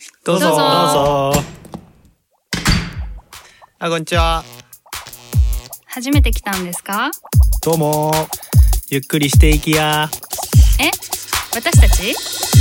どうぞ。あ、こんにちは。 初めて来たんですか？ どうも。ゆっくりしていきや。 私たち？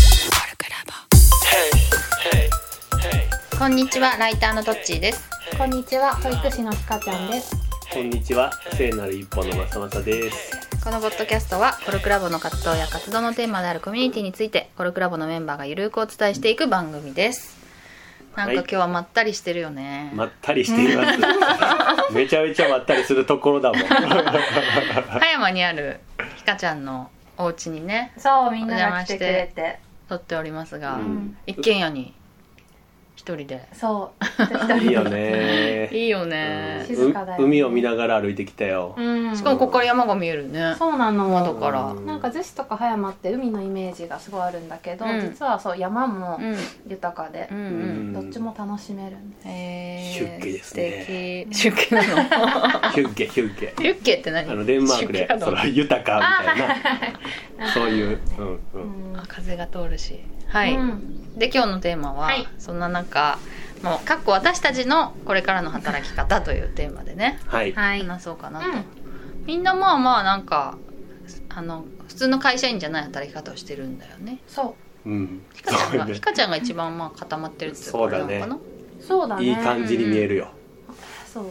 こんにちは、ライターのどっちーです。 こんにちは、保育士のひかちゃんです。 こんにちは、聖なる一歩のまさまさです。 このポッドキャストはコルクラボの活動や活動のテーマであるコミュニティについてコルクラボのメンバーがゆるくお伝えしていく番組です。なんか今日はまったりしてるよね。 まったりしていますめちゃめちゃまったりするところだもん葉山にあるひかちゃんのお家にね、 そう、みんなが来てくれて撮っておりますが、一軒家に一人で。 そういいよね。 いいよね。 静かだよね。 海を見ながら歩いてきたよ。 しかもここから山が見えるね。 そうなの。 窓から。 なんか逗子とか葉山って海のイメージがすごいあるんだけど、実はそう山も豊かで、どっちも楽しめるんです。 ヒュッケですね。 素敵。ヒュッケなの？ ヒュッケ。ヒュッケって何？ デンマークでその豊かみたいなそういう、 風が通るし。はい。で今日のテーマは、そんな中、もうかっこ私たちのこれからの働き方というテーマでね、話そうかなと。みんなまあなんか普通の会社員じゃない働き方をしてるんだよね。 そう。 ひかちゃんが一番固まってるっていうことなのかな。 そうだね。 いい感じに見えるよ。 そう。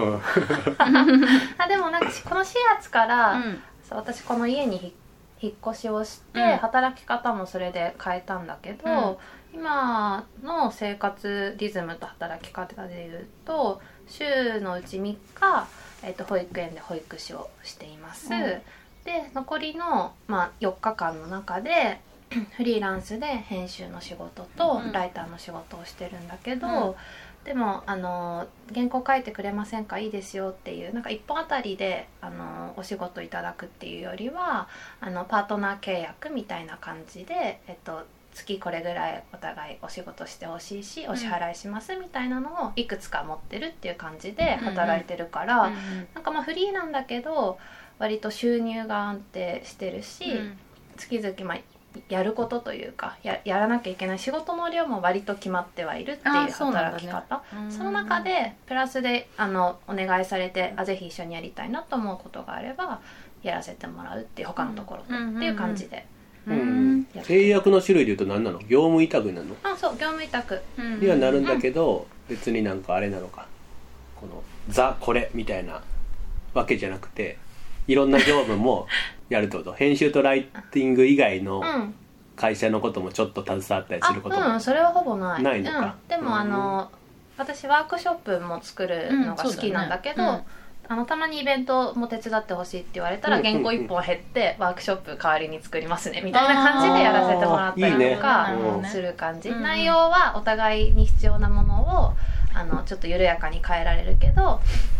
でもなんかこの4月から、私この家に引っ越しをして、働き方もそれで変えたんだけど、今の生活リズムと働き方でいうと週のうち3日、保育園で保育士をしています。で残りの、4日間の中でフリーランスで編集の仕事とライターの仕事をしてるんだけど、でも原稿書いてくれませんか、いいですよっていう、なんか1本あたりでお仕事いただくっていうよりはパートナー契約みたいな感じで、月これぐらいお互いお仕事してほしいしお支払いしますみたいなのをいくつか持ってるっていう感じで働いてるから、なんかフリーなんだけど割と収入が安定してるし、月々やることというか やらなきゃいけない仕事の量も割と決まってはいるっていう働き方。その中でプラスでお願いされてぜひ一緒にやりたいなと思うことがあればやらせてもらうっていう他のところとっていう感じで。 契約の種類でいうと何なの？業務委託になるの？ そう、業務委託にはなるんだけど、別になんかあれなのか、このザこれみたいなわけじゃなくていろんな業務もやるってこと？編集とライティング以外の会社のこともちょっと携わったりすることも、 それはほぼないのか。 でも私ワークショップも作るのが好きなんだけど、たまにイベントも手伝ってほしいって言われたら原稿1本減ってワークショップ代わりに作りますねみたいな感じでやらせてもらったりとかする感じ。内容はお互いに必要なものをちょっと緩やかに変えられるけど、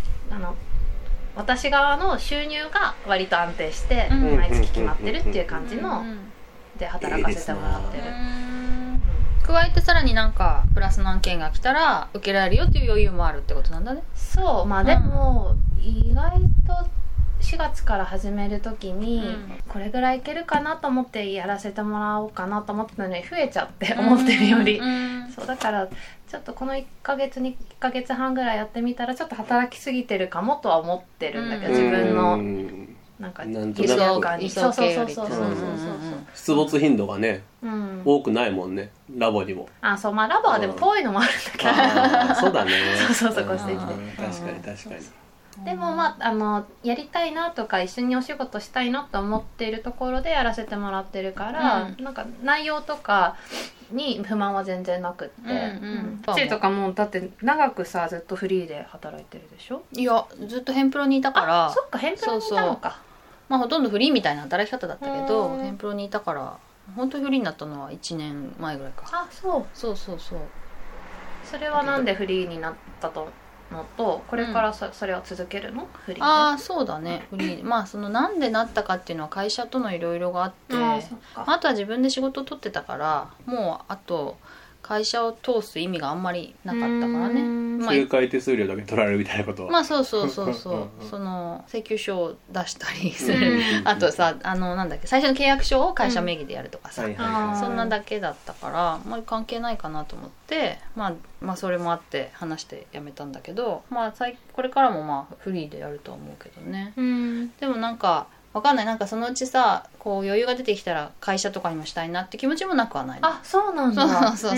私側の収入が割と安定して毎月決まってるっていう感じので働かせてもらってる。 加えてさらになんかプラスの案件が来たら受けられるよっていう余裕もあるってことなんだね。 そう、でも意外と4月から始める時にこれぐらいいけるかなと思ってやらせてもらおうかなと思ってたのに増えちゃって思ってるより、そうだからちょっとこの1ヶ月1ヶ月半ぐらいやってみたらちょっと働きすぎてるかもとは思ってるんだけど、自分のなんか理想感にそう出没頻度がね、多くないもんね、ラボにも。 そう、ラボはでも遠いのもあるんだけどそうだねそう越してきて、 確かにでもやりたいなとか一緒にお仕事したいなと思っているところでやらせてもらってるから、なんか内容とかに不満は全然なくって、チーとかもだって長くさずっとフリーで働いてるでしょ？ いやずっとヘンプロにいたから。 そっか、ヘンプロにいたのか。 ほとんどフリーみたいな働き方だったけどヘンプロにいたから本当にフリーになったのは1年前ぐらいか。そうそれはなんでフリーになったとのとこれからそれを続けるの？フリーで。 そうだね、フリーそのなんでなったかっていうのは会社とのいろいろがあって、あとは自分で仕事を取ってたからもうあと会社を通す意味があんまりなかったからね。 仲介手数料だけ取られるみたいなことは。 まあそうその請求書を出したりするあとさなんだっけ最初の契約書を会社名義でやるとかさ、そんなだけだったからあんまり関係ないかなと思って、まあそれもあって話してやめたんだけど、まあこれからもまあフリーでやるとは思うけどね。でもなんかわかんない、なんかそのうちさこう余裕が出てきたら会社とかにもしたいなって気持ちもなくはないの。 あ、そうなんだ。 そう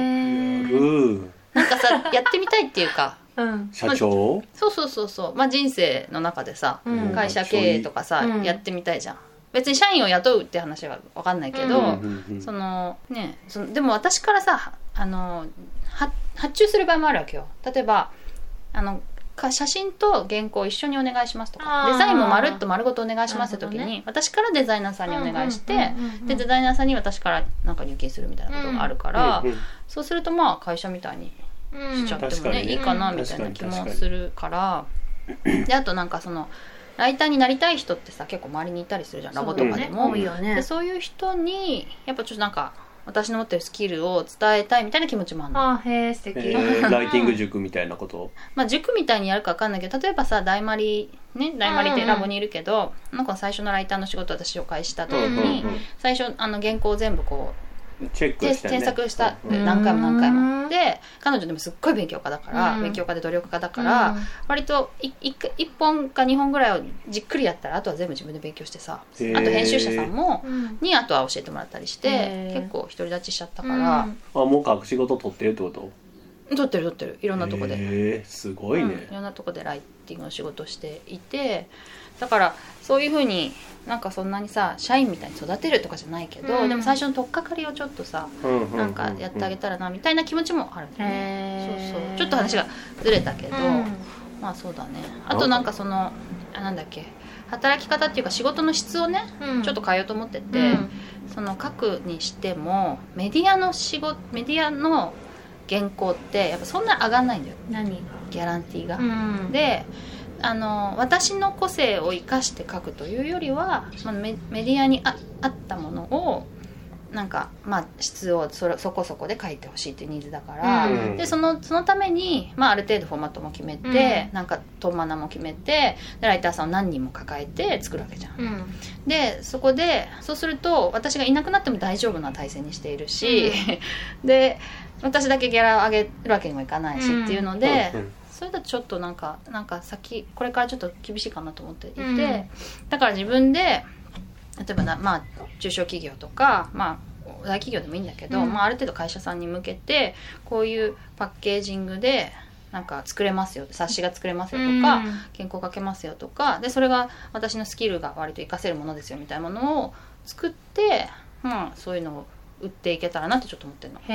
なんかさやってみたいっていうか、 社長、 そうまあ人生の中でさ、会社経営とかさ、やってみたいじゃん。別に社員を雇うって話はわかんないけど、そのねでも私からさ発注する場合もあるわけよ。例えば写真と原稿を一緒にお願いしますとか、デザインもまるっと丸ごとお願いしますって時に、私からデザイナーさんにお願いして、でデザイナーさんに私からなんか入金するみたいなことがあるから、そうするとまあ会社みたいにしちゃってもね、いいかなみたいな気もするから。であとなんかそのライターになりたい人ってさ結構周りにいたりするじゃん、ラボとかでも。 多いよね。 でそういう人にやっぱちょっとなんか私の持ってるスキルを伝えたいみたいな気持ちもあるの。 へえ、素敵。 ライティング塾みたいなこと。 まあ塾みたいにやるか分かんないけど、例えばさ大丸ってラボにいるけど、なんか最初のライターの仕事を私紹介した時に、最初原稿を全部こうチェックして、 添削した何回もで、彼女でもすっごい勉強家だから、勉強家で努力家だから、割と1本か2本ぐらいをじっくりやったらあとは全部自分で勉強してさ、あと編集者さんもにあとは教えてもらったりして、結構独り立ちしちゃったから。 もう隠し事取ってるってこと？ 取ってるいろんなとこですごいね、 いろんなとこでライティングの仕事をしていて、だからそういう風になんかそんなにさ社員みたいに育てるとかじゃないけど、でも最初の取っかかりをちょっとさ、なんかやってあげたらなみたいな気持ちもあるんだよね。そうちょっと話がずれたけど、まあそうだね。あとなんかそのなんだっけ、働き方っていうか仕事の質をね、ちょっと変えようと思ってて、その書くにしてもメディアの原稿ってやっぱそんな上がんないんだよ。 何が？ ギャランティーが。で私の個性を生かして書くというよりは、メディアに合ったものをなんかまあ質をそこそこで書いてほしいっていうニーズだから、でそのために、まあ、ある程度フォーマットも決めて、なんかトーマナも決めて、でライターさんを何人も抱えて作るわけじゃん。でそうすると私がいなくなっても大丈夫な体制にしているし、で私だけギャラを上げるわけにもいかないしっていうので、それだとちょっとなんかこれからちょっと厳しいかなと思っていて、だから自分で例えばまあ中小企業とか、まあ大企業でもいいんだけど、まあある程度会社さんに向けてこういうパッケージングでなんか作れますよ、冊子が作れますよとか、原稿書けますよとかで、それが私のスキルが割と活かせるものですよみたいなものを作って、まあそういうのを売っていけたらなってちょっと思ってるの。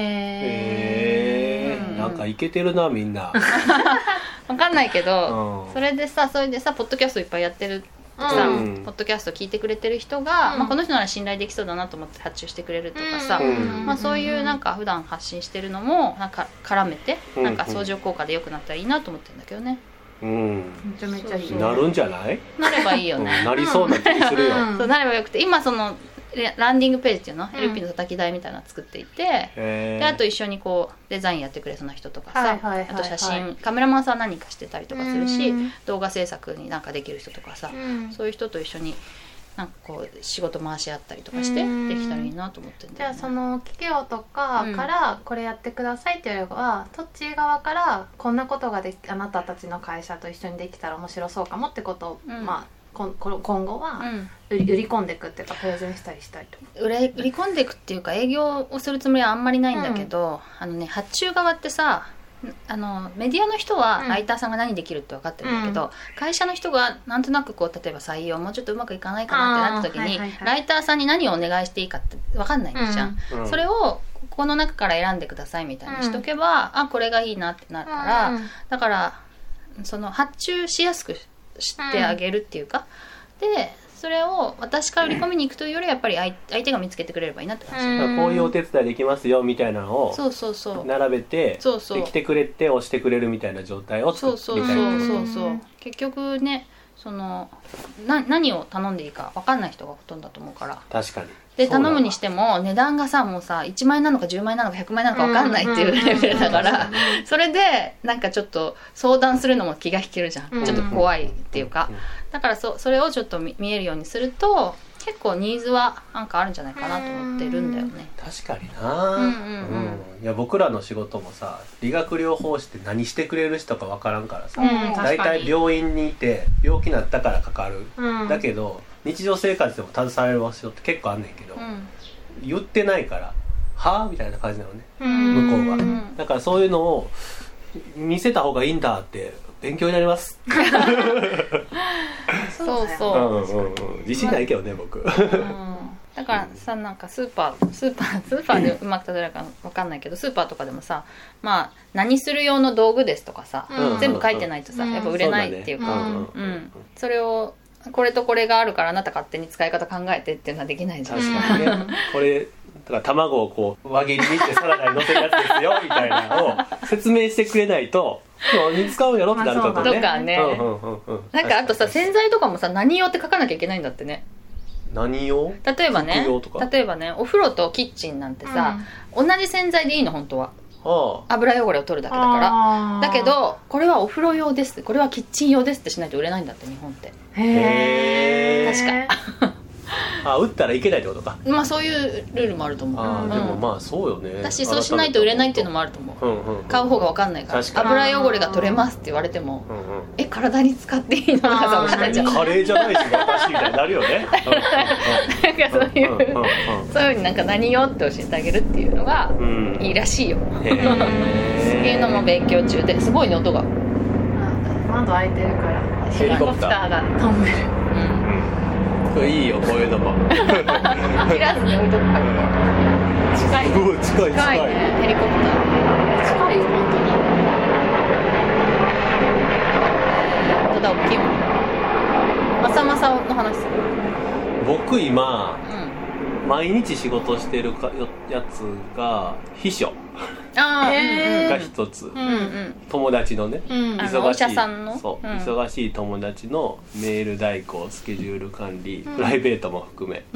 なんかいけてるなみんな。 わかんないけど、それでさポッドキャストいっぱいやってるさ、ポッドキャスト聞いてくれてる人が、まあ、この人なら信頼できそうだなと思って発注してくれるとかさ、まあ、そういうなんか普段発信してるのもなんか絡めて、なんか相乗効果で良くなったらいいなと思ってるんだけどね。 めちゃめちゃいい。 なるんじゃない？ なればいいよね。 なりそうな気するよ。 そうなればよくて、今そのランディングページっていうの、LP の叩き台みたいなの作っていて、であと一緒にこうデザインやってくれそうな人とかさ、あと写真カメラマンさん何かしてたりとかするし、動画制作になんかできる人とかさ、そういう人と一緒になんかこう仕事回し合ったりとかしてできたらいいなと思ってるんだよね。 じゃあその企業とかからこれやってくださいっていうよりは、トッチー側からこんなことがあなたたちの会社と一緒にできたら面白そうかもってことを、まあ今後は売り込んでいくっていうかプレゼンしたりしたいと。 売り込んでいくっていうか営業をするつもりはあんまりないんだけど、発注側ってさ、メディアの人はライターさんが何できるって分かってるんだけど、会社の人がなんとなくこう例えば採用もうちょっとうまくいかないかなってなった時に、ライターさんに何をお願いしていいかって分かんないんじゃん。それをこの中から選んでくださいみたいにしとけば、あこれがいいなってなるから、だからその発注しやすくしてあげるっていうか、でそれを私から売り込みに行くというよりやっぱり相手が見つけてくれればいいなって感じ。 こういうお手伝いできますよみたいなのを並べて、で来てくれて押してくれるみたいな状態を作りたい。 結局ね、その何を頼んでいいか分かんない人がほとんどだと思うから。 確かに。 で頼むにしても値段がさもうさ1万円なのか10万円なのか100万円なのか分かんないっていうレベルだからそれでなんかちょっと相談するのも気が引けるじゃん、ちょっと怖いっていうか、だからそれをちょっと見えるようにすると結構ニーズはなんかあるんじゃないかなと思ってるんだよね。 確かにな、いや僕らの仕事もさ理学療法士って何してくれる人か分からんからさ、だいたい病院にいて病気になったからかかる、だけど日常生活でも携われる人って結構あんねんけど、言ってないからはぁみたいな感じなのね、向こうが。だからそういうのを見せた方がいいんだって勉強になりますそうそう、 自信ないけどね僕だからさなんかスーパーでうまく例えるか分かんないけどスーパーとかでもさまあ何する用の道具ですとかさ、全部書いてないとさやっぱ売れないっていうか、それをこれとこれがあるからあなた勝手に使い方考えてっていうのはできないじゃん。 確かにねこれだから卵をこう輪切りにしてサラダに乗せるやつですよみたいなのを説明してくれないと何に使うんやろってなるとね。とかね、なんかあとさ洗剤とかもさ何用って書かなきゃいけないんだってね。 何用？ 例えばねお風呂とキッチンなんてさ、同じ洗剤でいいの本当は。油汚れを取るだけだからだけどこれはお風呂用ですこれはキッチン用ですってしないと売れないんだって日本って。確か売ったらいけないってことか。 まあそういうルールもあると思う。 でもまあそうよね。 私そうしないと売れないっていうのもあると思う。買う方が分かんないから油汚れが取れますって言われても体に使っていいのかさ分かんないじゃん。 カレーじゃないし私みたいになるよね。 なんかそういうになんか何よって教えてあげるっていうのがいいらしいよっていうのも勉強中ですごいね音が。 窓開いてるからヘリコプターが飛んでる。 いいよこういうのも切らずに置いとくから近いね。 近いねヘリコプター近いよ本当に。ただ大きいもん。まさまさの話する。 僕今、毎日仕事してるやつが秘書が一つ、友達のね、 お医者さんの忙しい友達のメール代行スケジュール管理、プライベートも含め、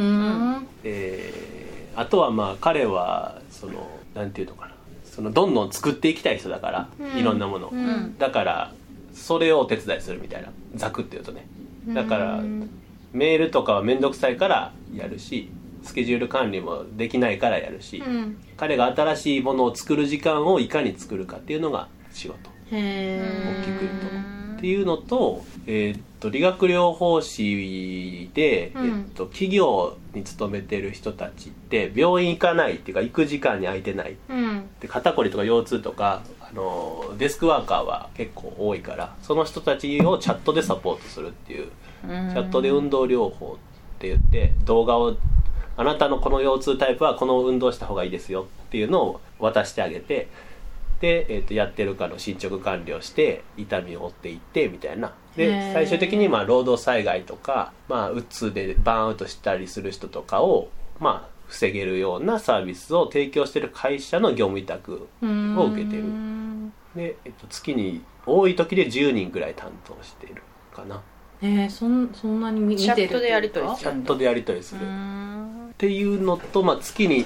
あとはまあ彼はなんていうのかなどんどん作っていきたい人だから、いろんなもの、だからそれをお手伝いするみたいなざくっていうとね、だからメールとかは面倒くさいからやるしスケジュール管理もできないからやるし、彼が新しいものを作る時間をいかに作るかっていうのが仕事。大きく言うとっていうのと、理学療法士で、企業に勤めてる人たちって病院行かないっていうか行く時間に空いてない、で肩こりとか腰痛とかデスクワーカーは結構多いからその人たちをチャットでサポートするっていう、チャットで運動療法って言って動画をあなたのこの腰痛タイプはこの運動した方がいいですよっていうのを渡してあげてで、やってるかの進捗管理をして痛みを追っていってみたいなで最終的にまあ労働災害とか、まあ、うつでバーンアウトしたりする人とかをまあ防げるようなサービスを提供している会社の業務委託を受けてるで、月に多い時で10人ぐらい担当しているかな。 そんなに見てるチャットでやり取りチャットでやり取りするっていうのと、まあ、月に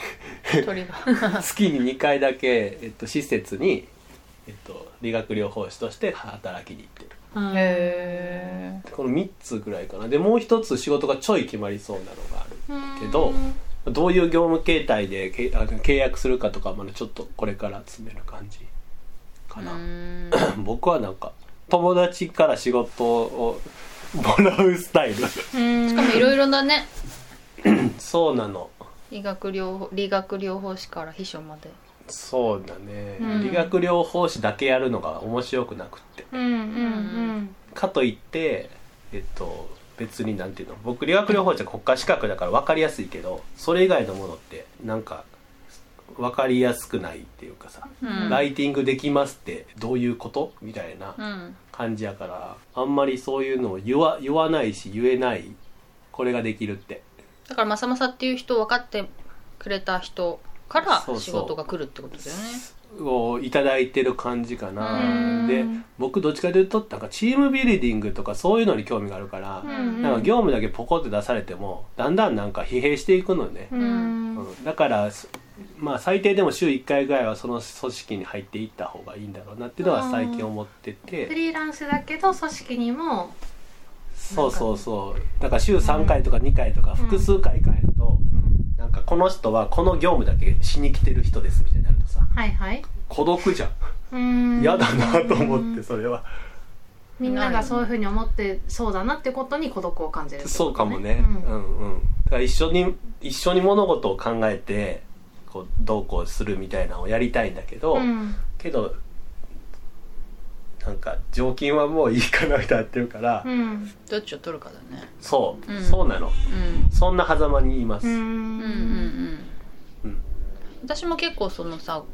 月に2回だけ、施設に、理学療法士として働きに行ってる。この3つぐらいかな。でもう一つ仕事がちょい決まりそうなのがあるけどどういう業務形態で契約するかとかまだちょっとこれから詰める感じかな。僕はなんか友達から仕事をもらうスタイルしかもいろいろだねそうなの。 理学療法士から秘書まで。 そうだね、理学療法士だけやるのが面白くなくって、かといって別になんていうの僕理学療法士は国家資格だから分かりやすいけどそれ以外のものってなんか分かりやすくないっていうかさ、ライティングできますってどういうことみたいな感じやから、あんまりそういうのを言わないし言えない。これができるってだからまさまさっていう人分かってくれた人から仕事が来るってことだよね。 をいただいてる感じかな。で僕どっちかというとなんかチームビルディングとかそういうのに興味があるから、なんか業務だけポコって出されてもだんだんなんか疲弊していくのね、だからまあ最低でも週1回ぐらいはその組織に入っていった方がいいんだろうなっていうのは最近思ってて、 フリーランスだけど組織にもそうだから週3回とか2回とか複数回変えると、なんかこの人はこの業務だけしに来てる人ですみたいになるとさ、孤独じゃん。嫌だなと思って、それはみんながそういうふうに思ってそうだなってことに孤独を感じるってことね。 そうかもね、だから一緒に物事を考えてこうどうこうするみたいなのをやりたいんだけど、けどなんか常勤はもういいかなみたいになってるから、 どっちを取るかだね。 そうなの、そんな狭間にいます。 私も結構そのさ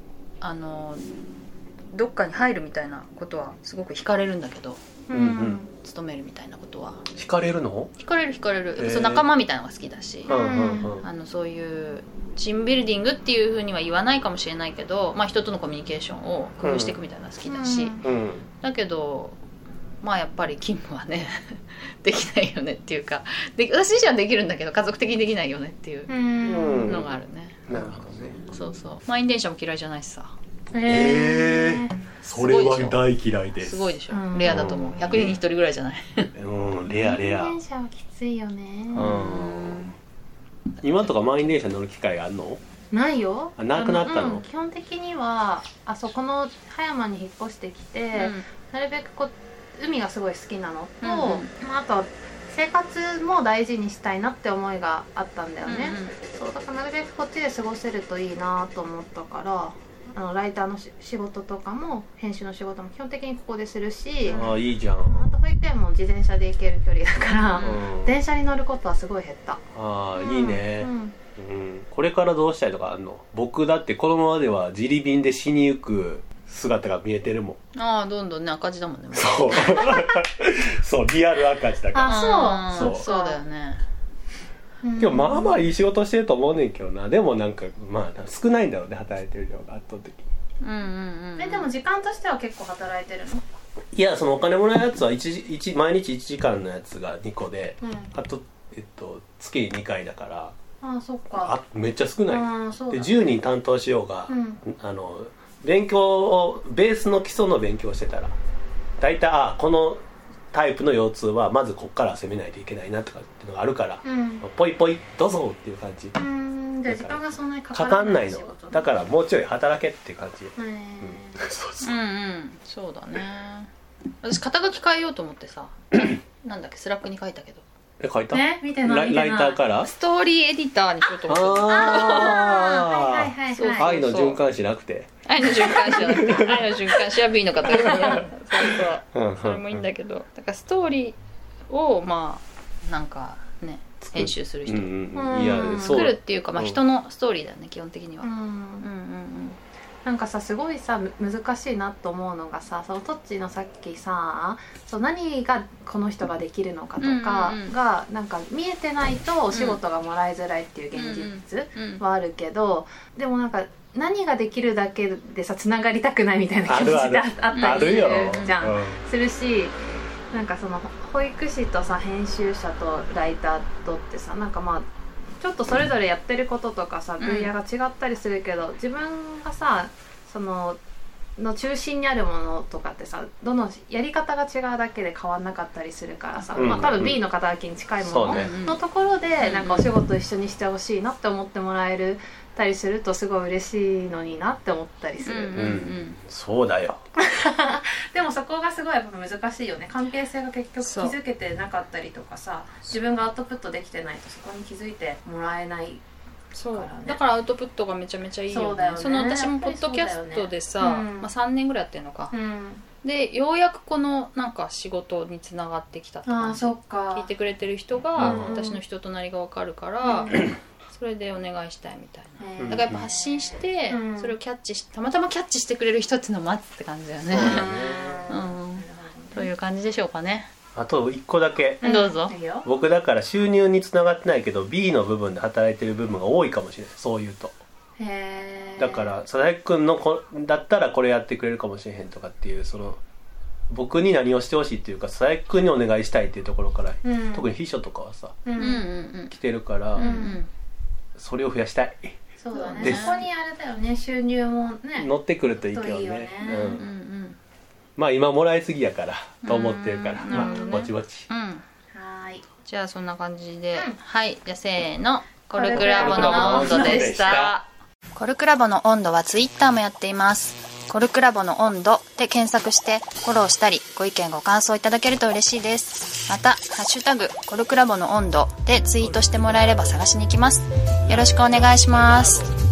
どっかに入るみたいなことはすごく惹かれるんだけど、勤めるみたいなことは惹かれるの？ 惹かれる、そう仲間みたいなのが好きだし、そういうチームビルディングっていうふうには言わないかもしれないけど、まあ、人とのコミュニケーションを工夫していくみたいなのが好きだし、だけどまあやっぱり勤務はねできないよねっていうか、私自身はできるんだけど家族的にできないよねっていうのがあるね。 なるほどね。 満員電車も嫌いじゃないしさ。 それは大嫌いです。 すごいでしょ。レアだと思う。100人に1人ぐらいじゃない。 レア。 満員電車はきついよね。 今とか満員電車乗る機会あるの？ ないよ。 なくなったの？ 基本的にはそこの葉山に引っ越してきて、なるべく海がすごい好きなのと、あと生活も大事にしたいなって思いがあったんだよね。そうだからなるべくこっちで過ごせるといいなと思ったから。ライターの仕事とかも編集の仕事も基本的にここでするし、 いいじゃん。 あと保育園も自転車で行ける距離だから、電車に乗ることはすごい減った。 いいね、これからどうしたいとかあるの？僕だってこのままでは自利便で死にゆく姿が見えてるもん。 どんどんね赤字だもんね。 そうリアル赤字だから。 そうだよね。 今日まあまあいい仕事してると思うねんけどな。でもなんかまあ少ないんだろうね、働いてる量が圧倒的に。 でも時間としては結構働いてるの？ いや、そのお金もらうやつは毎日1時間のやつが2個で、あと月に2回だから。 そっか。 めっちゃ少ない。で10人担当しようが、勉強をベースの基礎の勉強してたら大体このタイプの腰痛はまずこっから攻めないといけないなとかっていうのがあるから、ポイポイどうぞっていう感じ。 じゃあ時間がそんなにかかんないの。だからもうちょい働けっていう感じ。 そうだね。私肩書き変えようと思ってさなんだっけスラックに書いたけど。 書いた？ 見てない。 ライターからストーリーエディターにしようと思って。 愛の循環しなくて。 愛の循環しなくて。愛の循環しは B の方がそうそれもいいんだけど、だからストーリーをまあなんかね編集する人作るっていうか、まあ人のストーリーだよね基本的には。 なんかさすごいさ難しいなと思うのがさ、そのトッチのさっきさ何がこの人ができるのかとかがなんか見えてないとお仕事がもらいづらいっていう現実はあるけど、でもなんか何ができるだけでさつながりたくないみたいな気持ちであったりするじゃん。するし、なんかその保育士とさ編集者とライターとってさなんかまあちょっとそれぞれやってることとかさ分野が違ったりするけど、自分がさその中心にあるものとかってさどのやり方が違うだけで変わんなかったりするからさ、まあ多分 B の肩書きに近いもののところでなんかお仕事一緒にしてほしいなって思ってもらえるたりするとすごい嬉しいのになって思ったりする。 そうだよでもそこがすごいやっぱ難しいよね。関係性が結局気づけてなかったりとかさ、自分がアウトプットできてないとそこに気づいてもらえないからね。だからアウトプットがめちゃめちゃいいよね。その私もポッドキャストでさ、まあ、3年ぐらいやってるのか、でようやくこのなんか仕事につながってきたって感じ。聞いてくれてる人が私の人となりが分かるから、それでお願いしたいみたいな。だからやっぱ発信してそれをキャッチしてたまたまキャッチしてくれる人っていうのを待つって感じだよね。という感じでしょうかね。 あと1個だけ、 どうぞ。 僕だから収入につながってないけど B の部分で働いてる部分が多いかもしれない。そういうとへだから佐々木くんのだったらこれやってくれるかもしれへんとかっていうその僕に何をしてほしいっていうか佐々木くんにお願いしたいっていうところから、特に秘書とかはさ、来てるから、それを増やしたい。 そうだね。そこにあれだよね、収入もね乗ってくるといいけどね。まあ今もらいすぎやからと思ってるから、まあぼちぼち。 はい。じゃあそんな感じで、はい。じゃあせーの、コルクラボの温度でした。コルクラボの温度はツイッターもやっています。コルクラボの温度で検索してフォローしたりご意見ご感想いただけると嬉しいです。またハッシュタグコルクラボの温度でツイートしてもらえれば探しに行きます。よろしくお願いします。